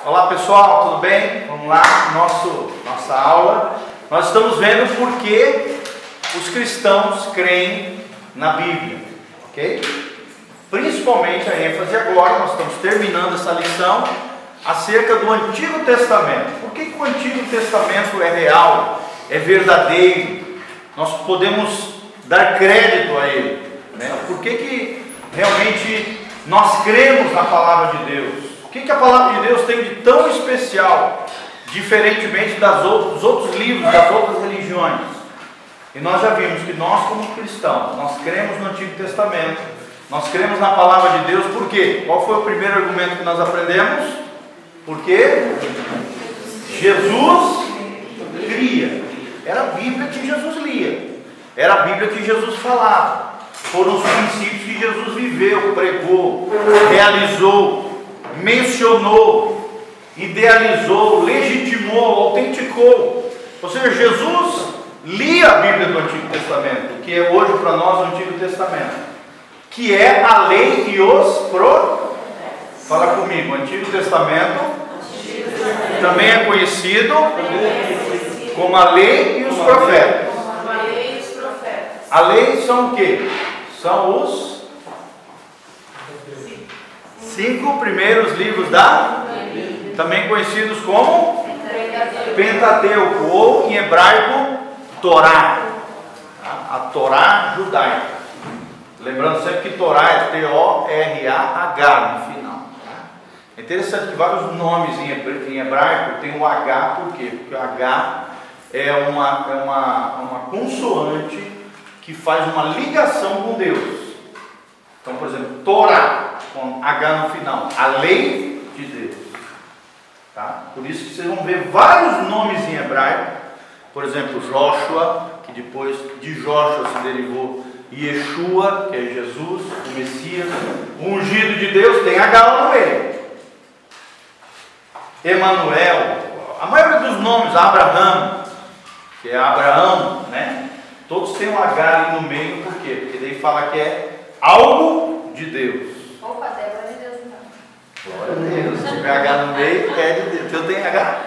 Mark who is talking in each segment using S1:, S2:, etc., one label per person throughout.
S1: Olá pessoal, tudo bem? Vamos lá, nossa aula. Nós estamos vendo por que os cristãos creem na Bíblia, ok? Principalmente a ênfase agora, nós estamos terminando essa lição acerca do Antigo Testamento. Por que o Antigo Testamento é real, é verdadeiro? Nós podemos dar crédito a ele, né? Por que realmente nós cremos na Palavra de Deus? O que a Palavra de Deus tem de tão especial, diferentemente dos outros livros, das outras religiões? E nós já vimos que nós, como cristãos, nós cremos no Antigo Testamento, nós cremos na Palavra de Deus. Por quê? Qual foi o primeiro argumento que nós aprendemos? Porque Jesus cria. Era a Bíblia que Jesus lia, era a Bíblia que Jesus falava, foram os princípios que Jesus viveu, pregou, realizou, mencionou, idealizou, legitimou, autenticou. Ou seja, Jesus lia a Bíblia do Antigo Testamento, que é hoje para nós o Antigo Testamento, que é a lei e os Fala comigo, o Antigo Testamento também é conhecido como a lei e os profetas. A lei são o quê? São os 5 primeiros livros da Bíblia, também conhecidos como Pentateuco, ou em hebraico Torá, a Torá judaica. Lembrando sempre que Torá é T-O-R-A-H no final. É interessante que vários nomes em hebraico tem o H, por quê? Porque o H é uma consoante que faz uma ligação com Deus. Então, por exemplo, Torá, com H no final, a lei de Deus. Tá? Por isso que vocês vão ver vários nomes em hebraico. Por exemplo, Joshua, que depois de Joshua se derivou Yeshua, que é Jesus, o Messias, o ungido de Deus, tem H lá no meio. Emanuel, a maioria dos nomes, Abraham, que é Abraão, né? Todos têm um H ali no meio, por quê? Porque daí fala que é algo de Deus.
S2: Opa, é de Deus então.
S1: Glória a Deus. Se tiver H no meio, é de Deus. Eu tenho H?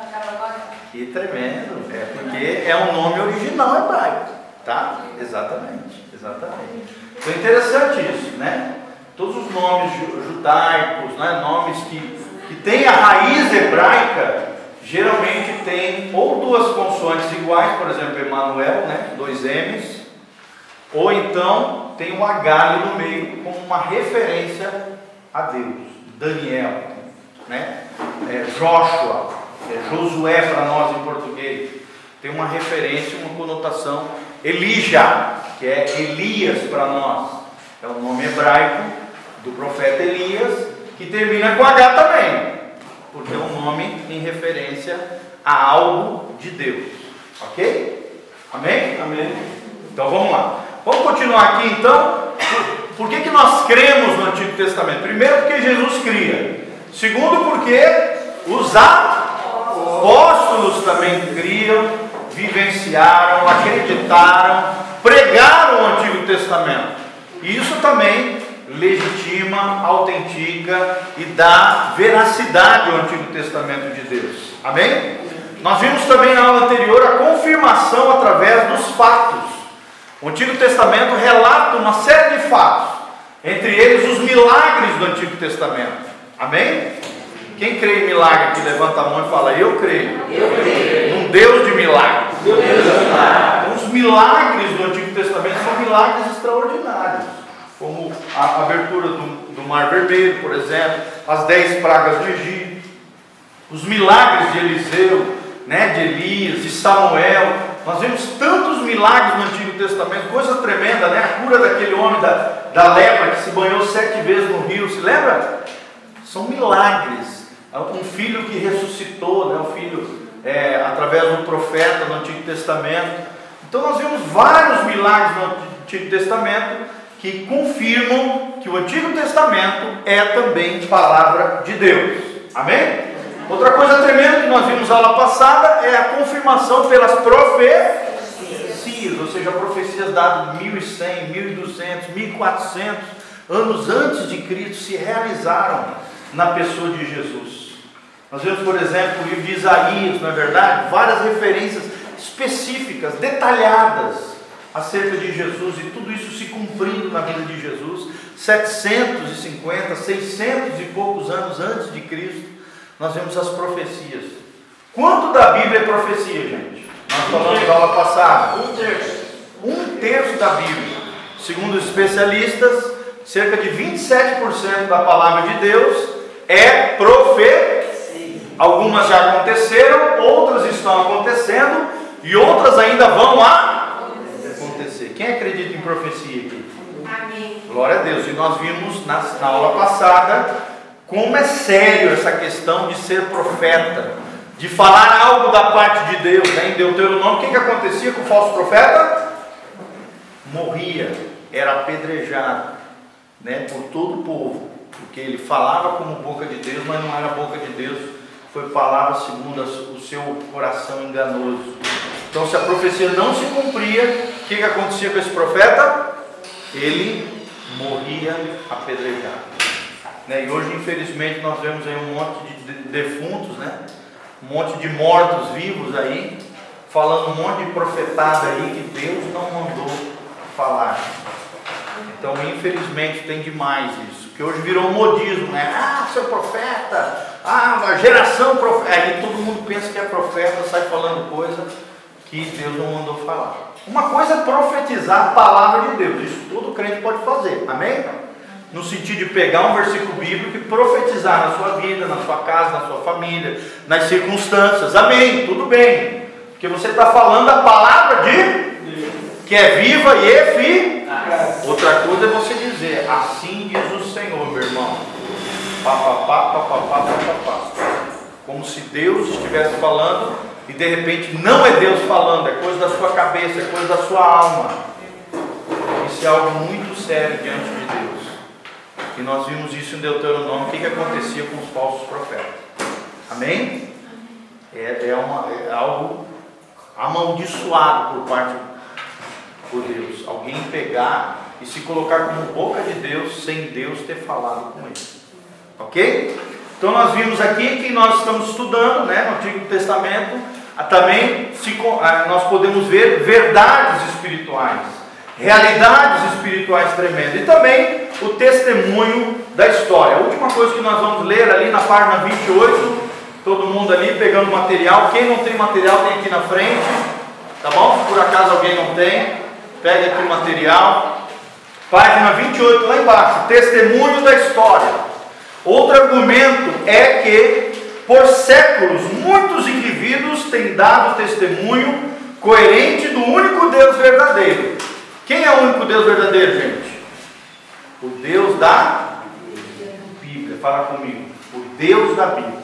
S1: Que tremendo. É porque é um nome original hebraico. Tá? Exatamente. Então é interessante isso, né? Todos os nomes judaicos, né? Nomes que têm a raiz hebraica, geralmente tem ou duas consoantes iguais, por exemplo, Emanuel, né? 2 M's, ou então tem um H ali no meio como uma referência a Deus. Daniel, né? Joshua, Josué para nós em português, tem uma referência, uma conotação. Elijah, que é Elias para nós, é o nome hebraico do profeta Elias, que termina com H também, porque é um nome em referência a algo de Deus. Ok? Amém? Amém. Então vamos lá. Vamos continuar aqui então. Por que nós cremos no Antigo Testamento? Primeiro, porque Jesus cria. Segundo, porque os apóstolos também criam, vivenciaram, acreditaram, pregaram o Antigo Testamento. E isso também legitima, autentica e dá veracidade ao Antigo Testamento de Deus. Amém? Nós vimos também na aula anterior a confirmação através dos fatos. O Antigo Testamento relata uma série de fatos, entre eles os milagres do Antigo Testamento. Amém? Quem crê em milagre aqui, levanta a mão e fala: eu creio. Num Deus de milagres. Então, os milagres do Antigo Testamento são milagres extraordinários, como a abertura do Mar Vermelho, por exemplo, as 10 pragas do Egito, os milagres de Eliseu, né, de Elias, de Samuel. Nós vemos tantos milagres no Antigo Testamento, coisa tremenda, né? A cura daquele homem da lepra que se banhou 7 vezes no rio, se lembra? São milagres. Um filho que ressuscitou, né? Um filho através do profeta no Antigo Testamento. Então nós vemos vários milagres no Antigo Testamento que confirmam que o Antigo Testamento é também palavra de Deus. Amém? Outra coisa tremenda que nós vimos na aula passada é a confirmação pelas profecias, ou seja, profecias dadas 1100, 1200, 1400 anos antes de Cristo se realizaram na pessoa de Jesus. Nós vemos, por exemplo, o livro de Isaías, não é verdade? Várias referências específicas, detalhadas acerca de Jesus, e tudo isso se cumprindo na vida de Jesus, 750, 600 e poucos anos antes de Cristo, nós vemos as profecias. Quanto da Bíblia é profecia, gente? Nós falamos na aula passada. 1/3. 1/3 da Bíblia. Segundo os especialistas, cerca de 27% da palavra de Deus é profecia. Algumas já aconteceram, outras estão acontecendo e outras ainda vão acontecer. Quem acredita em profecia aqui?
S2: Amém.
S1: Glória a Deus. E nós vimos na aula passada como é sério essa questão de ser profeta, de falar algo da parte de Deus, né? Em Deuteronômio, o que acontecia com o falso profeta? Morria, era apedrejado, né, por todo o povo, porque ele falava como boca de Deus, mas não era boca de Deus, foi palavra segundo o seu coração enganoso. Então, se a profecia não se cumpria, o que acontecia com esse profeta? Ele morria apedrejado, né? E hoje, infelizmente, nós vemos aí um monte de defuntos, né? Um monte de mortos vivos aí, falando um monte de profetada aí que Deus não mandou falar. Então, infelizmente, tem demais isso, que hoje virou um modismo, né? Ah, seu profeta, a geração profeta. Aí todo mundo pensa que é profeta, sai falando coisa que Deus não mandou falar. Uma coisa é profetizar a palavra de Deus, isso todo crente pode fazer, amém? No sentido de pegar um versículo bíblico e profetizar na sua vida, na sua casa, na sua família, nas circunstâncias, amém, tudo bem, porque você está falando a palavra de Deus, que é viva e eficaz. Outra coisa é você dizer, assim diz o Senhor, meu irmão, papapá, papapá, papapá, como se Deus estivesse falando e de repente não é Deus falando, é coisa da sua cabeça, é coisa da sua alma. Isso é algo muito sério diante de Deus. E nós vimos isso em Deuteronômio, o que acontecia com os falsos profetas. Amém? É algo amaldiçoado por Deus. Alguém pegar e se colocar como boca de Deus sem Deus ter falado com ele. Ok? Então nós vimos aqui que nós estamos estudando, né, no Antigo Testamento, também nós podemos ver verdades espirituais, realidades espirituais tremendas, e também o testemunho da história. A última coisa que nós vamos ler ali na página 28, todo mundo ali pegando material. Quem não tem material tem aqui na frente, tá bom? Se por acaso alguém não tem, pega aqui o material. Página 28 lá embaixo, testemunho da história. Outro argumento é que por séculos muitos indivíduos têm dado testemunho coerente do único Deus verdadeiro. Quem é o único Deus verdadeiro, gente? O Deus da Bíblia. Fala comigo. O Deus da Bíblia.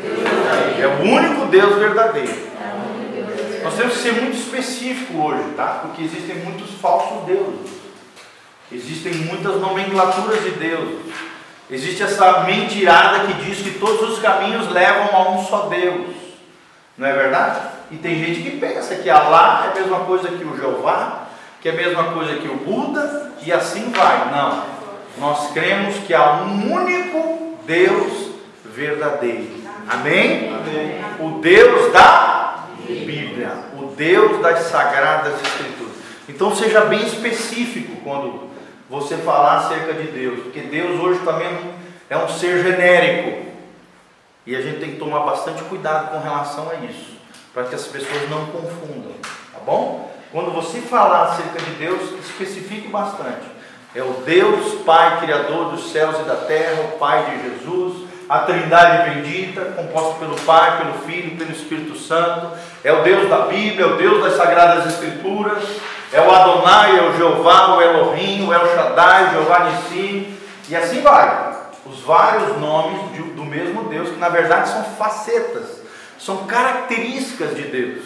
S1: É o único Deus verdadeiro. Nós temos que ser muito específico hoje, tá? Porque existem muitos falsos deuses. Existem muitas nomenclaturas de Deus. Existe essa mentirada que diz que todos os caminhos levam a um só Deus. Não é verdade? E tem gente que pensa que Allah é a mesma coisa que o Jeová, que é a mesma coisa que o Buda, e assim vai. Não. Nós cremos que há um único Deus verdadeiro. Amém? Amém. O Deus da Bíblia. O Deus das Sagradas Escrituras. Então seja bem específico quando você falar acerca de Deus, porque Deus hoje também é um ser genérico, e a gente tem que tomar bastante cuidado com relação a isso, para que as pessoas não confundam, tá bom? Quando você falar acerca de Deus, especifique bastante. É o Deus Pai, Criador dos céus e da terra, o Pai de Jesus, a Trindade bendita, composta pelo Pai, pelo Filho, pelo Espírito Santo. É o Deus da Bíblia, é o Deus das Sagradas Escrituras. É o Adonai, é o Jeová, o Elohim, o El Shaddai, o Jeová Nissi, e assim vai. Os vários nomes do mesmo Deus, que na verdade são facetas, são características de Deus.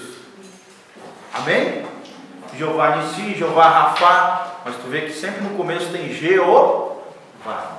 S1: Amém? Jeová Nissi, Jeová Rafá, mas tu vê que sempre no começo tem Jeová,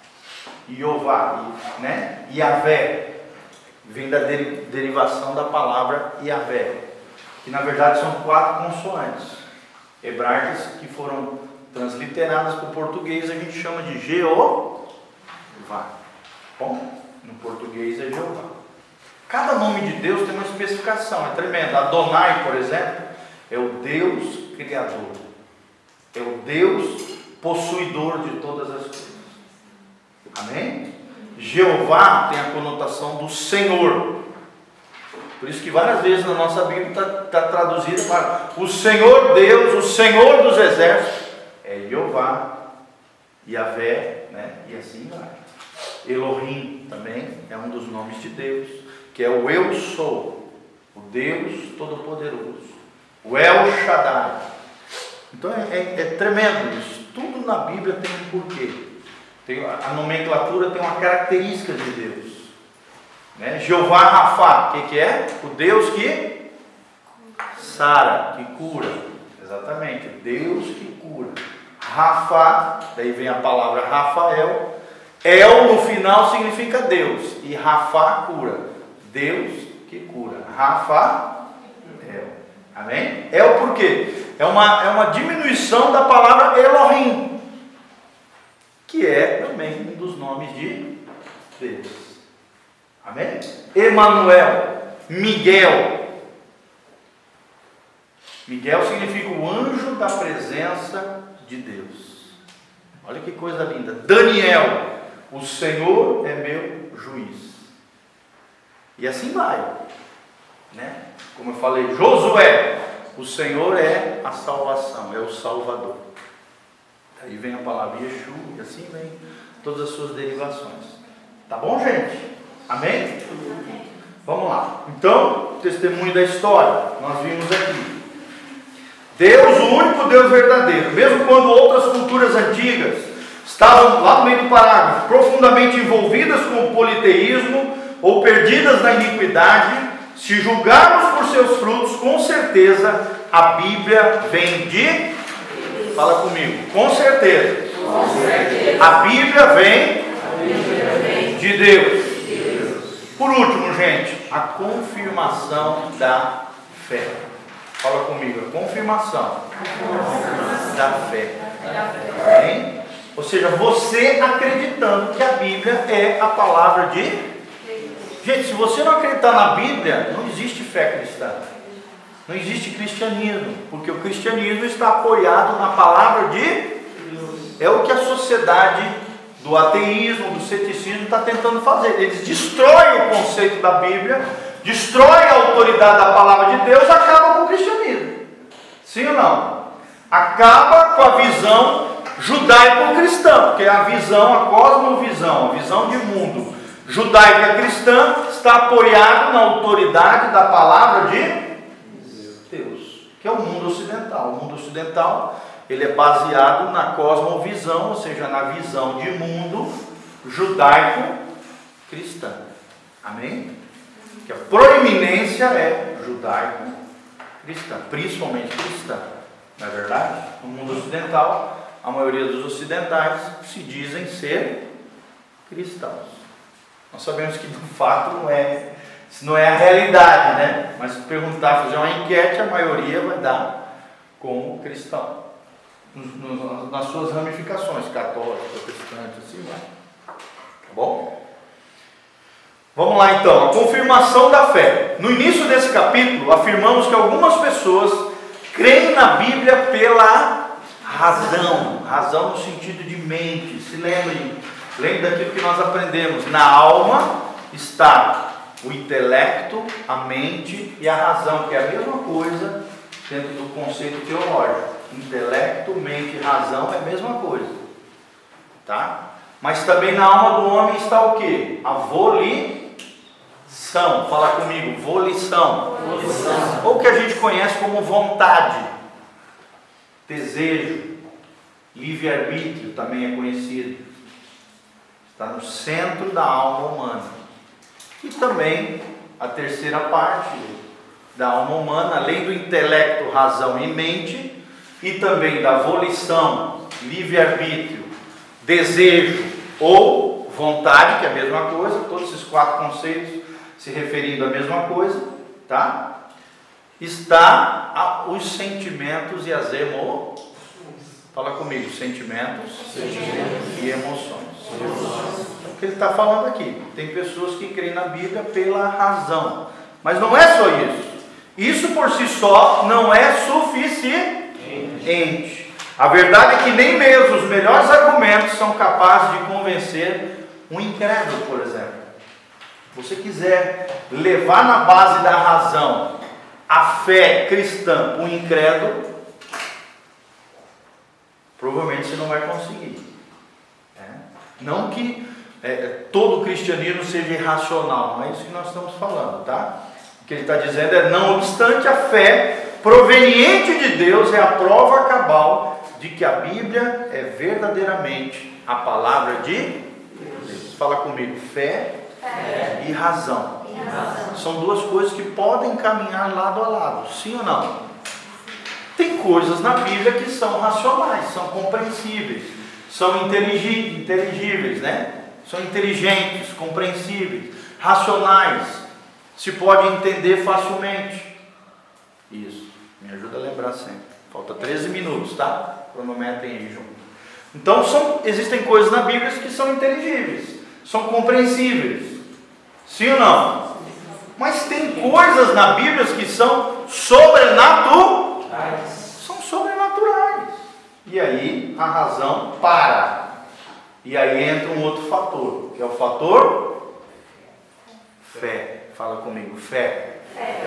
S1: Jeová, né? Yahvé, vem da derivação da palavra Yahvé, que na verdade são 4 consoantes hebraicas que foram transliteradas para o português, a gente chama de Jeová. Bom, no português é Jeová. Cada nome de Deus tem uma especificação, é tremendo. Adonai, por exemplo, é o Deus Criador, é o Deus possuidor de todas as coisas. Amém? Jeová tem a conotação do Senhor. Por isso que várias vezes na nossa Bíblia está traduzida para o Senhor Deus, o Senhor dos exércitos, é Jeová, Yahvé, né? E assim vai. Elohim também é um dos nomes de Deus, que é o Eu Sou, o Deus Todo-Poderoso, o El Shaddai. Então é tremendo isso. Tudo na Bíblia tem um porquê. A nomenclatura tem uma característica de Deus, né? Jeová Rafá, o que é? O Deus que sara, que cura. Exatamente, Deus que cura. Rafá, daí vem a palavra Rafael. El no final significa Deus, e Rafá cura, Deus que cura. Rafael. Amém? El por quê? É uma diminuição da palavra Elohim, que é também um dos nomes de Deus. Amém? Emanuel, Miguel. Miguel significa o anjo da presença de Deus. Olha que coisa linda. Daniel, o Senhor é meu juiz. E assim vai, né? Como eu falei, Josué, o Senhor é a salvação, é o Salvador. Aí vem a palavra Yeshua, e assim vem todas as suas derivações. Tá bom, gente? Amém? Vamos lá. Então, testemunho da história, nós vimos aqui. Deus, o único Deus verdadeiro. Mesmo quando outras culturas antigas estavam lá no meio do parágrafo, profundamente envolvidas com o politeísmo ou perdidas na iniquidade, se julgarmos por seus frutos, com certeza a Bíblia vem de... Fala comigo. Com certeza. A Bíblia vem de Deus. Por último, gente, a confirmação da fé. Fala comigo. A confirmação da fé. Amém? Ou seja, você acreditando que a Bíblia é a palavra de... Gente, se você não acreditar na Bíblia, não existe fé cristã. Não existe cristianismo, porque o cristianismo está apoiado na palavra de Deus. É o que a sociedade do ateísmo, do ceticismo está tentando fazer. Eles destroem o conceito da Bíblia, destroem a autoridade da palavra de Deus, acabam com o cristianismo. Sim ou não? Acaba com a visão judaico-cristã, porque a visão, a cosmovisão, a visão de mundo judaica cristã está apoiada na autoridade da palavra de Deus, que é o mundo ocidental. O mundo ocidental, ele é baseado na cosmovisão, ou seja, na visão de mundo judaico-cristã. Amém? Que a proeminência é judaico-cristã, principalmente cristã. Não é verdade? No mundo ocidental, a maioria dos ocidentais se dizem ser cristãos. Nós sabemos que de fato isso não é a realidade, né? Mas se perguntar, fazer uma enquete, a maioria vai dar como cristão, nas suas ramificações, católico, protestante, assim vai. Tá bom? Vamos lá então, a confirmação da fé. No início desse capítulo, afirmamos que algumas pessoas creem na Bíblia pela razão, razão no sentido de mente. Se lembrem daquilo que nós aprendemos. Na alma está o intelecto, a mente e a razão, que é a mesma coisa dentro do conceito teológico. Intelecto, mente e razão é a mesma coisa, tá? Mas também na alma do homem está o que? A volição. Fala comigo, volição. Ou o que a gente conhece como vontade, desejo, livre-arbítrio também é conhecido. Está no centro da alma humana. E também a terceira parte da alma humana, além do intelecto, razão e mente, e também da volição, livre-arbítrio, desejo ou vontade, que é a mesma coisa, todos esses quatro conceitos se referindo à mesma coisa, tá? Está os sentimentos e as emoções. Fala comigo, sentimentos e emoções. que ele está falando aqui. Tem pessoas que creem na Bíblia pela razão. Mas não é só isso. Isso por si só não é suficiente. A verdade é que nem mesmo os melhores argumentos são capazes de convencer um incrédulo, por exemplo. Se você quiser levar na base da razão a fé cristã para um incrédulo, provavelmente você não vai conseguir. Não que todo cristianismo seja irracional, não é isso que nós estamos falando, tá? O que ele está dizendo é: não obstante, a fé proveniente de Deus é a prova cabal de que a Bíblia é verdadeiramente a palavra de Deus. Fala comigo: fé e razão. São duas coisas que podem caminhar lado a lado, sim ou não? Tem coisas na Bíblia que são racionais, são compreensíveis, são inteligíveis, né? São inteligentes, compreensíveis, racionais, se pode entender facilmente. Isso, me ajuda a lembrar sempre. Falta 13 minutos, tá? Cronometrem aí junto. Então existem coisas na Bíblia que são inteligíveis, são compreensíveis, sim ou não? Mas tem coisas na Bíblia que são sobrenaturais. São sobrenaturais. E aí a razão para. E aí entra um outro fator, que é o fator fé. Fala comigo: fé.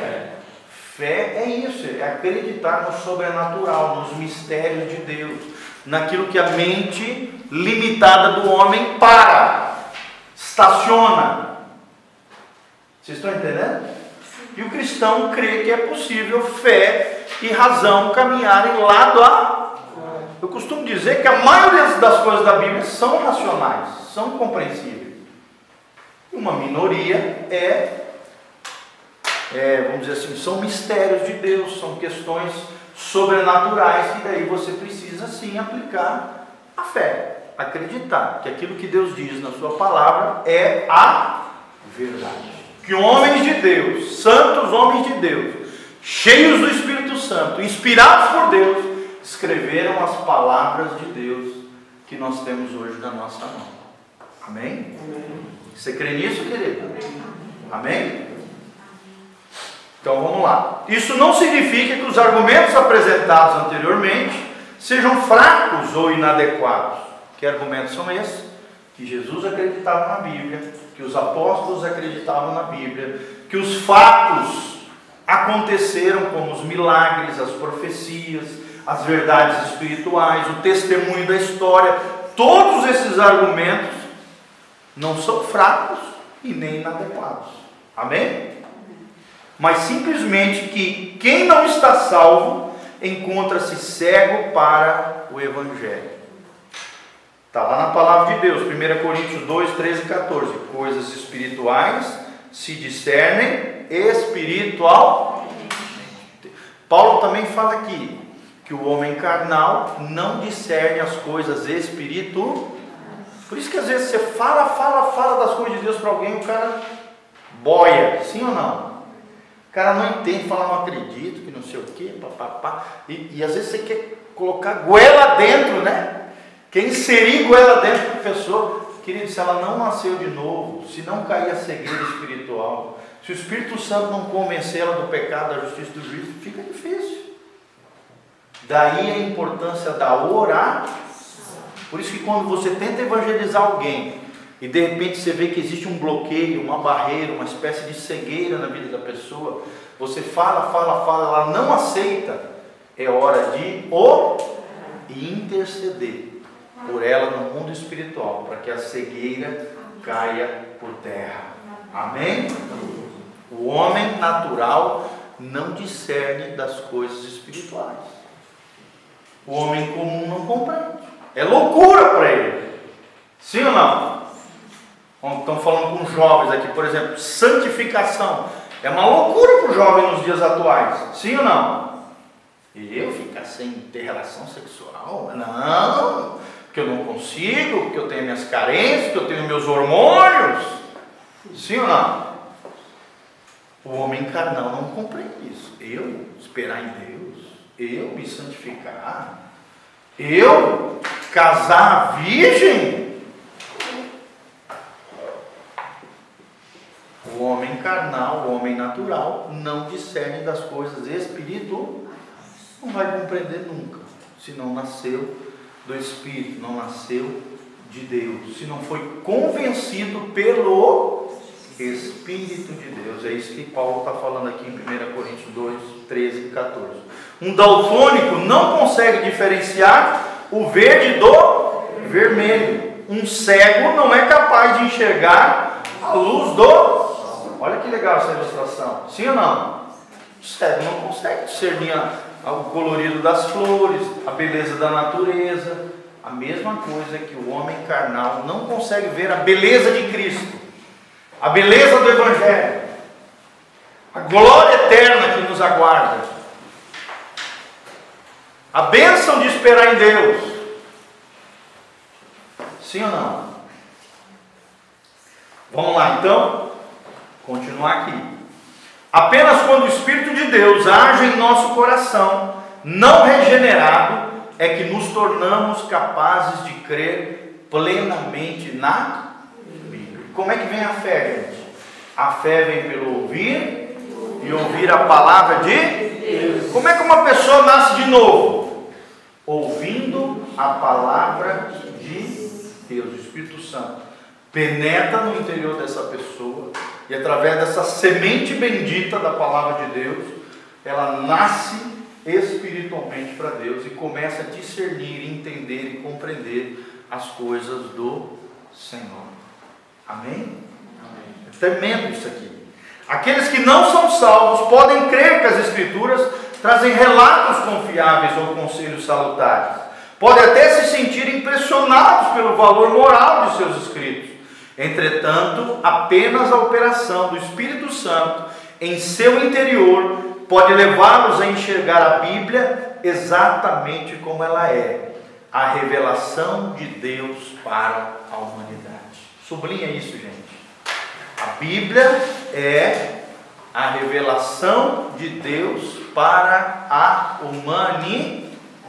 S1: Fé é isso, é acreditar no sobrenatural, nos mistérios de Deus, naquilo que a mente limitada do homem estaciona. Vocês estão entendendo? E o cristão crê que é possível fé e razão caminharem lado a lado. Eu costumo dizer que a maioria das coisas da Bíblia são racionais, são compreensíveis. E uma minoria vamos dizer assim, são mistérios de Deus, são questões sobrenaturais que daí você precisa sim aplicar a fé, acreditar que aquilo que Deus diz na sua palavra é a verdade. Que homens de Deus, santos homens de Deus, cheios do Espírito Santo, inspirados por Deus, escreveram as palavras de Deus que nós temos hoje na nossa mão. Amém? Você crê nisso, querido? Amém? Então vamos lá. Isso não significa que os argumentos apresentados anteriormente sejam fracos ou inadequados. Que argumentos são esses? Que Jesus acreditava na Bíblia, que os apóstolos acreditavam na Bíblia, que os fatos aconteceram, como os milagres, as profecias, as verdades espirituais, o testemunho da história. Todos esses argumentos não são fracos e nem inadequados. Amém? Mas simplesmente que quem não está salvo encontra-se cego para o Evangelho. Está lá na palavra de Deus, 1 Coríntios 2, 13 e 14. Coisas espirituais se discernem espiritualmente. Paulo também fala aqui que o homem carnal não discerne as coisas espirituais. Por isso que às vezes você fala das coisas de Deus para alguém, o cara boia, sim ou não? O cara não entende, fala: não acredito, que não sei o que, papapá. E às vezes você quer colocar goela dentro, né? Quer inserir goela dentro da pessoa. Querido, se ela não nasceu de novo, se não cair a cegueira espiritual, se o Espírito Santo não convencer ela do pecado, da justiça e do juízo, fica difícil. Daí a importância da oração. Por isso que quando você tenta evangelizar alguém e de repente você vê que existe um bloqueio, uma barreira, uma espécie de cegueira na vida da pessoa, você fala, ela não aceita, é hora de interceder por ela no mundo espiritual, para que a cegueira caia por terra. Amém? O homem natural não discerne das coisas espirituais. O homem comum não compreende. É loucura para ele. Sim ou não? Estamos falando com jovens aqui, por exemplo, santificação. É uma loucura para o jovem nos dias atuais. Sim ou não? Eu ficar sem ter relação sexual? Não, porque eu não consigo, porque eu tenho minhas carências, porque eu tenho meus hormônios. Sim ou não? O homem carnal não compreende isso. Eu esperar em Deus, eu me santificar, eu casar virgem. O homem carnal, o homem natural, não discerne das coisas espirituais. Não vai compreender nunca, se não nasceu do Espírito, não nasceu de Deus, se não foi convencido pelo Espírito de Deus. É isso que Paulo está falando aqui em 1 Coríntios 2, 13 e 14. Um daltônico não consegue diferenciar o verde do vermelho. Um cego não é capaz de enxergar a luz do... Olha que legal essa ilustração. Sim ou não? O cego não consegue discernir o colorido das flores, a beleza da natureza. A mesma coisa que o homem carnal não consegue ver a beleza de Cristo, a beleza do Evangelho, a glória eterna que nos aguarda, a bênção de esperar em Deus. Sim ou não? Vamos lá então, continuar aqui. Apenas quando o Espírito de Deus age em nosso coração, não regenerado, é que nos tornamos capazes de crer plenamente na Bíblia. Como é que vem a fé, gente? A fé vem pelo ouvir e ouvir a palavra de Deus. Como é que uma pessoa nasce de novo? Ouvindo a palavra de Deus. O Espírito Santo penetra no interior dessa pessoa e através dessa semente bendita da palavra de Deus, ela nasce espiritualmente para Deus e começa a discernir, entender e compreender as coisas do Senhor. Amém? É tremendo isso aqui. Aqueles que não são salvos podem crer que as Escrituras trazem relatos confiáveis ou conselhos salutares. Podem até se sentir impressionados pelo valor moral de seus escritos. Entretanto, apenas a operação do Espírito Santo em seu interior pode levá-los a enxergar a Bíblia exatamente como ela é, a revelação de Deus para a humanidade. Sublinha isso, gente. A Bíblia é a revelação de Deus para a humanidade.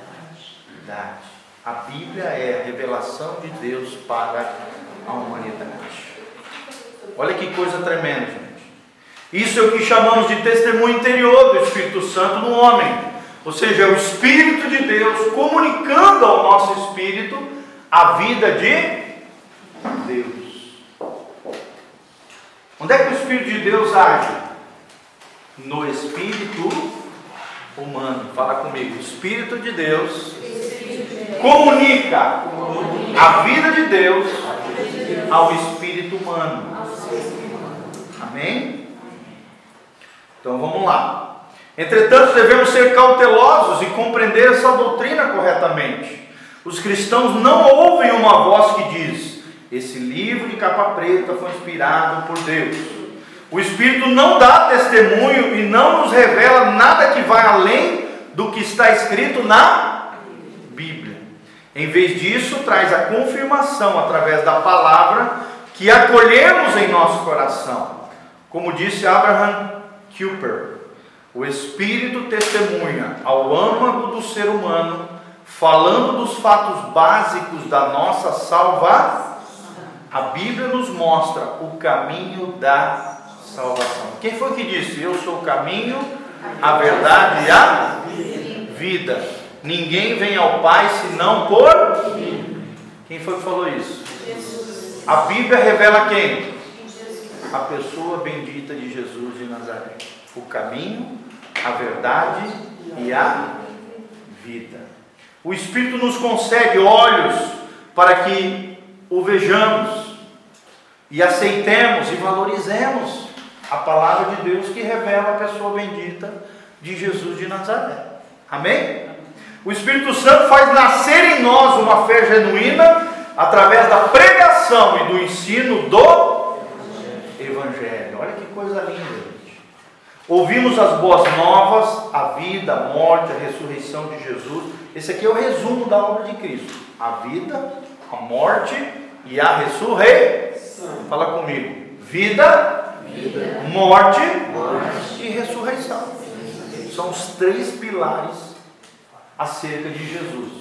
S1: A Bíblia é a revelação de Deus para a humanidade. Olha que coisa tremenda, gente. Isso é o que chamamos de testemunho interior do Espírito Santo no homem. Ou seja, é o Espírito de Deus comunicando ao nosso espírito a vida de Deus. Onde é que o Espírito de Deus age? No espírito humano. Fala comigo. O Espírito de Deus comunica a vida de Deus ao espírito humano. Amém? Então vamos lá. Entretanto, devemos ser cautelosos e compreender essa doutrina corretamente. Os cristãos não ouvem uma voz que diz: esse livro de capa preta foi inspirado por Deus. O Espírito não dá testemunho e não nos revela nada que vai além do que está escrito na Bíblia. Em vez disso, traz a confirmação através da palavra que acolhemos em nosso coração. Como disse Abraham Kuyper, o Espírito testemunha ao âmago do ser humano, falando dos fatos básicos da nossa salvação. A Bíblia nos mostra o caminho da salvação. Quem foi que disse: eu sou o caminho, a verdade e a vida? Ninguém vem ao Pai senão por mim. Quem foi que falou isso? Jesus. A Bíblia revela quem? A pessoa bendita de Jesus de Nazaré. O caminho, a verdade e a vida. O Espírito nos concede olhos para que o vejamos e aceitemos e valorizemos a palavra de Deus que revela a pessoa bendita de Jesus de Nazaré. Amém? O Espírito Santo faz nascer em nós uma fé genuína através da pregação e do ensino do Evangelho. Olha que coisa linda, gente. Ouvimos as boas novas, a vida, a morte, a ressurreição de Jesus. Esse aqui é o resumo da obra de Cristo. A vida, a morte e a ressurreição. Fala comigo. Vida, morte e ressurreição. São os três pilares acerca de Jesus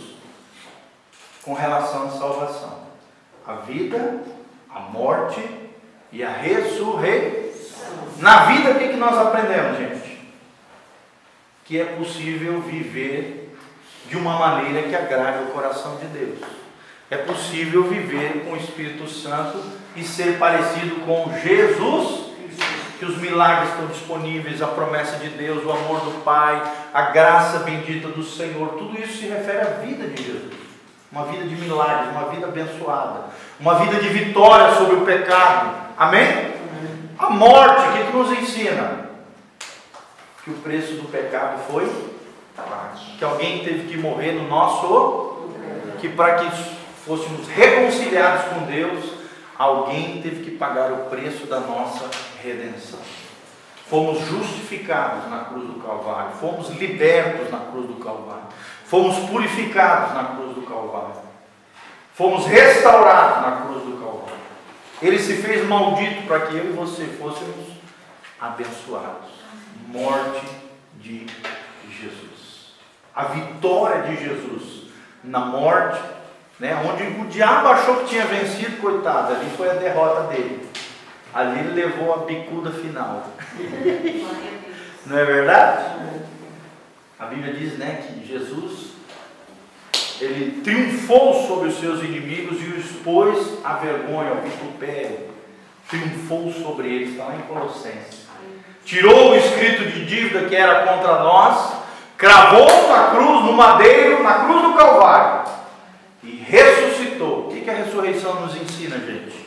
S1: com relação à salvação: a vida, a morte e a ressurreição. Na vida, o que nós aprendemos, gente? Que é possível viver de uma maneira que agrade o coração de Deus. É possível viver com o Espírito Santo e ser parecido com Jesus, que os milagres estão disponíveis, a promessa de Deus, o amor do Pai, a graça bendita do Senhor. Tudo isso se refere à vida de Jesus. Uma vida de milagres, uma vida abençoada, uma vida de vitória sobre o pecado. Amém? A morte, o que nos ensina? Que o preço do pecado foi pago. Que alguém teve que morrer no nosso, que para que fôssemos reconciliados com Deus, alguém teve que pagar o preço da nossa redenção. Fomos justificados na cruz do Calvário, fomos libertos na cruz do Calvário, fomos purificados na cruz do Calvário, fomos restaurados na cruz do Calvário. Ele se fez maldito para que eu e você fôssemos abençoados. Morte de Jesus, a vitória de Jesus na morte, né? Onde o diabo achou que tinha vencido, coitado, ali foi a derrota dele. Ali ele levou a bicuda final. Não é verdade? A Bíblia diz, né, que Jesus, ele triunfou sobre os seus inimigos e os expôs à vergonha, ao vitupério. Triunfou sobre eles, está lá em Colossenses. Tirou o escrito de dívida que era contra nós, cravou na cruz, no madeiro, na cruz do Calvário, e ressuscitou. O que a ressurreição nos ensina, gente?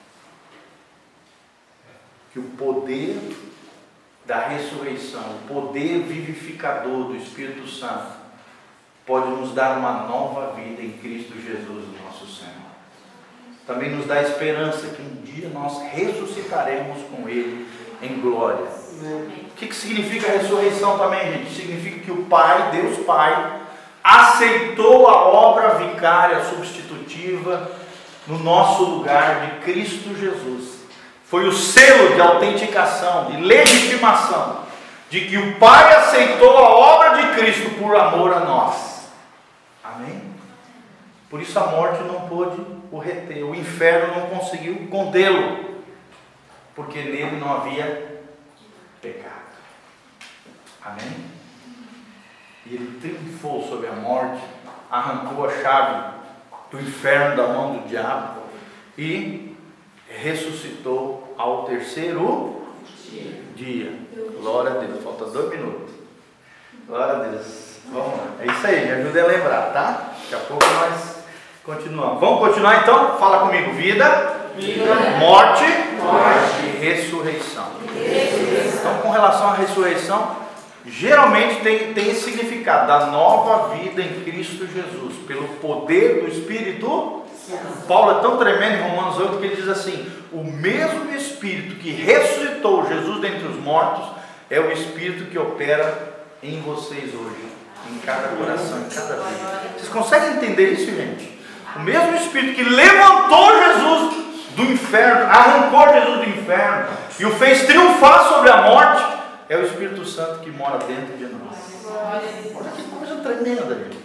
S1: Que o poder da ressurreição, o poder vivificador do Espírito Santo, pode nos dar uma nova vida em Cristo Jesus, nosso Senhor. Também nos dá esperança que um dia nós ressuscitaremos com Ele em glória. O que significa a ressurreição também, gente? Significa que o Pai, Deus Pai, aceitou a obra vicária substitutiva no nosso lugar de Cristo Jesus. Foi o selo de autenticação, de legitimação, de que o Pai aceitou a obra de Cristo por amor a nós. Amém? Por isso a morte não pôde o reter, o inferno não conseguiu contê-lo, porque nele não havia pecado. Amém? E ele triunfou sobre a morte, arrancou a chave do inferno da mão do diabo e ressuscitou ao terceiro dia. Glória a Deus. Falta 2 minutos. Glória a Deus. Vamos lá. É isso aí, me ajuda a lembrar, tá? Daqui a pouco nós continuamos. Vamos continuar então? Fala comigo. Vida, morte e ressurreição. Então, com relação à ressurreição, geralmente tem esse significado da nova vida em Cristo Jesus, pelo poder do Espírito. Paulo é tão tremendo em Romanos 8 que ele diz assim: o mesmo Espírito que ressuscitou Jesus dentre os mortos é o Espírito que opera em vocês hoje, em cada coração, em cada vida. Vocês conseguem entender isso, gente? O mesmo Espírito que levantou Jesus do inferno, arrancou Jesus do inferno e o fez triunfar sobre a morte, é o Espírito Santo que mora dentro de nós. Olha que coisa tremenda, gente.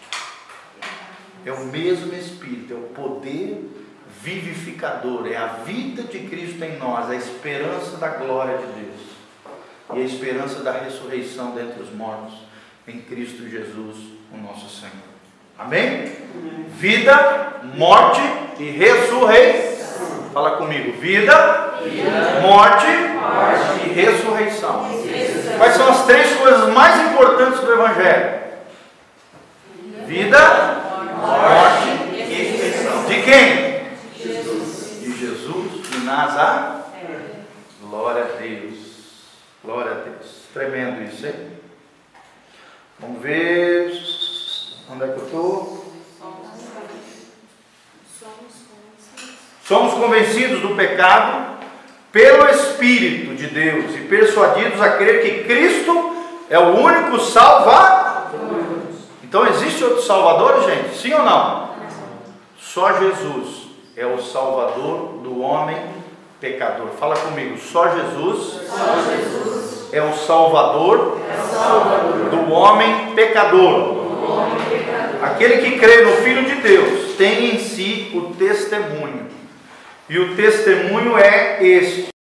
S1: É o mesmo Espírito, é o poder vivificador, é a vida de Cristo em nós, a esperança da glória de Deus e a esperança da ressurreição dentre os mortos em Cristo Jesus, o nosso Senhor. Amém? Vida, morte e ressurreição. Fala comigo. Vida, morte e ressurreição. Quais são as 3 coisas mais importantes do Evangelho? Vida, morte e ressurreição. De quem? Jesus. De Jesus de Nazaré. Glória a Deus. Glória a Deus. Tremendo isso, hein? Vamos ver. Onde é que eu estou? Somos convencidos do pecado pelo Espírito de Deus e persuadidos a crer que Cristo é o único Salvador. Então existe outro Salvador, gente? Sim ou não? Só Jesus é o Salvador do homem pecador. Fala comigo. Só Jesus é o Salvador do homem pecador. Aquele que crê no Filho de Deus tem em si o testemunho. E o testemunho é este.